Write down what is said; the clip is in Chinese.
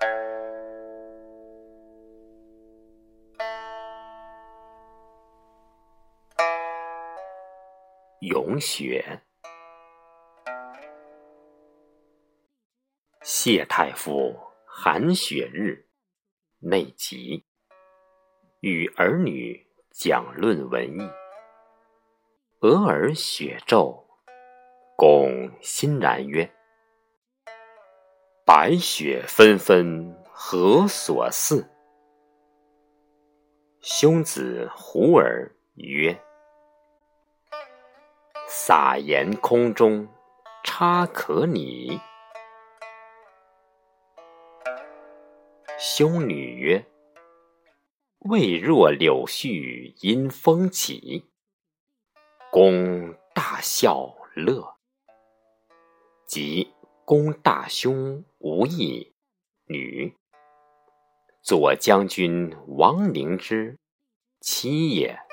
咏雪。谢太傅寒雪日，内集。与儿女讲论文艺。俄而雪骤，公欣然曰：白雪纷纷何所似？兄子胡儿曰：撒盐空中差可拟。兄女曰：未若柳絮因风起。公大笑乐。即公大兄无益女，左将军王凝之妻也。